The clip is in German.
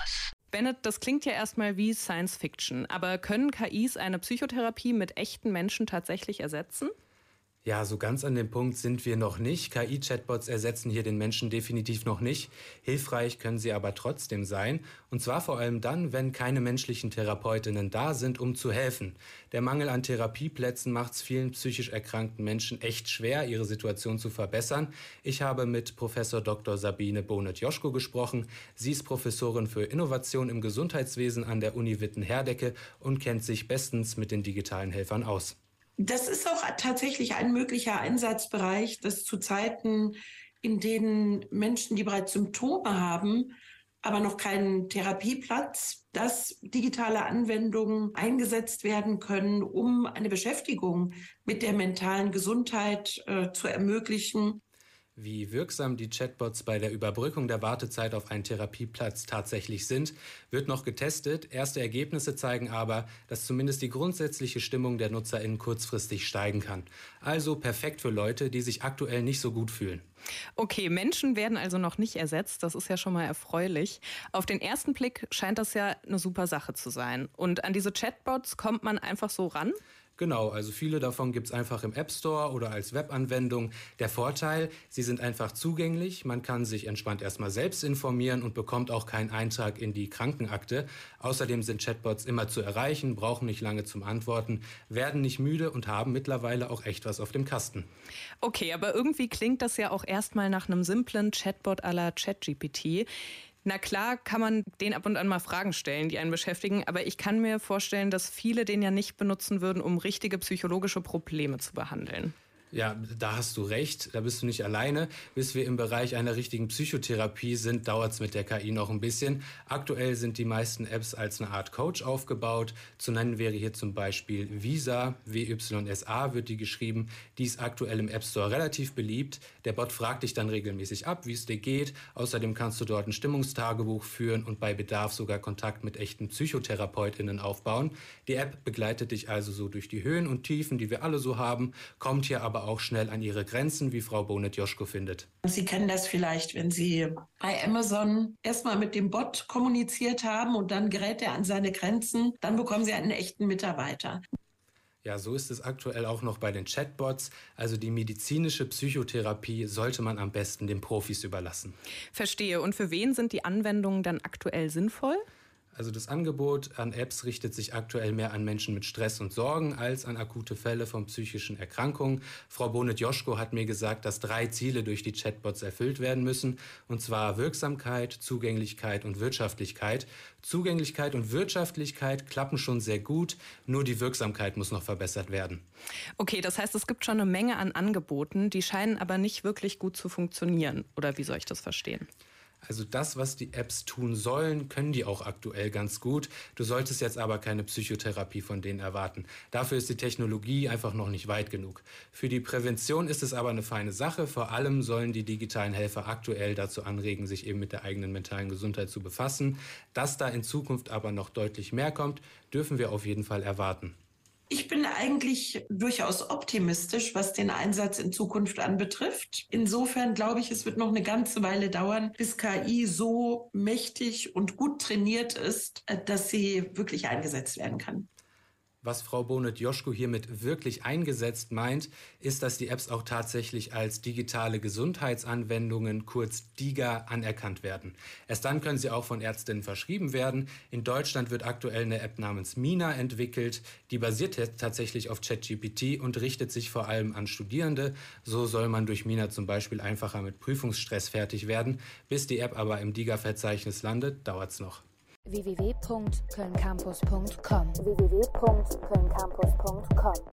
Bennett, das klingt ja erstmal wie Science Fiction, aber können KIs eine Psychotherapie mit echten Menschen tatsächlich ersetzen? Ja, so ganz an dem Punkt sind wir noch nicht. KI-Chatbots ersetzen hier den Menschen definitiv noch nicht. Hilfreich können sie aber trotzdem sein. Und zwar vor allem dann, wenn keine menschlichen Therapeutinnen da sind, um zu helfen. Der Mangel an Therapieplätzen macht es vielen psychisch erkrankten Menschen echt schwer, ihre Situation zu verbessern. Ich habe mit Professor Dr. Sabine Bonet-Joschko gesprochen. Sie ist Professorin für Innovation im Gesundheitswesen an der Uni Witten-Herdecke und kennt sich bestens mit den digitalen Helfern aus. Das ist auch tatsächlich ein möglicher Einsatzbereich, dass zu Zeiten, in denen Menschen, die bereits Symptome haben, aber noch keinen Therapieplatz, dass digitale Anwendungen eingesetzt werden können, um eine Beschäftigung mit der mentalen Gesundheit zu ermöglichen. Wie wirksam die Chatbots bei der Überbrückung der Wartezeit auf einen Therapieplatz tatsächlich sind, wird noch getestet. Erste Ergebnisse zeigen aber, dass zumindest die grundsätzliche Stimmung der NutzerInnen kurzfristig steigen kann. Also perfekt für Leute, die sich aktuell nicht so gut fühlen. Okay, Menschen werden also noch nicht ersetzt. Das ist ja schon mal erfreulich. Auf den ersten Blick scheint das ja eine super Sache zu sein. Und an diese Chatbots kommt man einfach so ran? Genau, also viele davon gibt's einfach im App Store oder als Webanwendung. Der Vorteil, sie sind einfach zugänglich, man kann sich entspannt erstmal selbst informieren und bekommt auch keinen Eintrag in die Krankenakte. Außerdem sind Chatbots immer zu erreichen, brauchen nicht lange zum Antworten, werden nicht müde und haben mittlerweile auch echt was auf dem Kasten. Okay, aber irgendwie klingt das ja auch erstmal nach einem simplen Chatbot à la ChatGPT. Na klar kann man den ab und an mal Fragen stellen, die einen beschäftigen, aber ich kann mir vorstellen, dass viele den ja nicht benutzen würden, um richtige psychologische Probleme zu behandeln. Ja, da hast du recht, da bist du nicht alleine. Bis wir im Bereich einer richtigen Psychotherapie sind, dauert's mit der KI noch ein bisschen. Aktuell sind die meisten Apps als eine Art Coach aufgebaut. Zu nennen wäre hier zum Beispiel Vysa, WYSA wird die geschrieben. Die ist aktuell im App Store relativ beliebt. Der Bot fragt dich dann regelmäßig ab, wie es dir geht. Außerdem kannst du dort ein Stimmungstagebuch führen und bei Bedarf sogar Kontakt mit echten PsychotherapeutInnen aufbauen. Die App begleitet dich also so durch die Höhen und Tiefen, die wir alle so haben, kommt hier aber auch schnell an ihre Grenzen, wie Frau Bonet-Joschko findet. Sie kennen das vielleicht, wenn Sie bei Amazon erstmal mit dem Bot kommuniziert haben und dann gerät er an seine Grenzen, dann bekommen Sie einen echten Mitarbeiter. Ja, so ist es aktuell auch noch bei den Chatbots. Also die medizinische Psychotherapie sollte man am besten den Profis überlassen. Verstehe. Und für wen sind die Anwendungen dann aktuell sinnvoll? Also das Angebot an Apps richtet sich aktuell mehr an Menschen mit Stress und Sorgen als an akute Fälle von psychischen Erkrankungen. Frau Bonet-Joschko hat mir gesagt, dass 3 Ziele durch die Chatbots erfüllt werden müssen. Und zwar Wirksamkeit, Zugänglichkeit und Wirtschaftlichkeit. Zugänglichkeit und Wirtschaftlichkeit klappen schon sehr gut, nur die Wirksamkeit muss noch verbessert werden. Okay, das heißt, es gibt schon eine Menge an Angeboten, die scheinen aber nicht wirklich gut zu funktionieren. Oder wie soll ich das verstehen? Also das, was die Apps tun sollen, können die auch aktuell ganz gut. Du solltest jetzt aber keine Psychotherapie von denen erwarten. Dafür ist die Technologie einfach noch nicht weit genug. Für die Prävention ist es aber eine feine Sache. Vor allem sollen die digitalen Helfer aktuell dazu anregen, sich eben mit der eigenen mentalen Gesundheit zu befassen. Dass da in Zukunft aber noch deutlich mehr kommt, dürfen wir auf jeden Fall erwarten. Ich bin eigentlich durchaus optimistisch, was den Einsatz in Zukunft anbetrifft. Insofern glaube ich, es wird noch eine ganze Weile dauern, bis KI so mächtig und gut trainiert ist, dass sie wirklich eingesetzt werden kann. Was Frau Bonet-Joschko hiermit wirklich eingesetzt meint, ist, dass die Apps auch tatsächlich als digitale Gesundheitsanwendungen, kurz DIGA, anerkannt werden. Erst dann können sie auch von Ärztinnen verschrieben werden. In Deutschland wird aktuell eine App namens Mina entwickelt. Die basiert tatsächlich auf ChatGPT und richtet sich vor allem an Studierende. So soll man durch Mina zum Beispiel einfacher mit Prüfungsstress fertig werden. Bis die App aber im DIGA-Verzeichnis landet, dauert's noch. www.kölncampus.com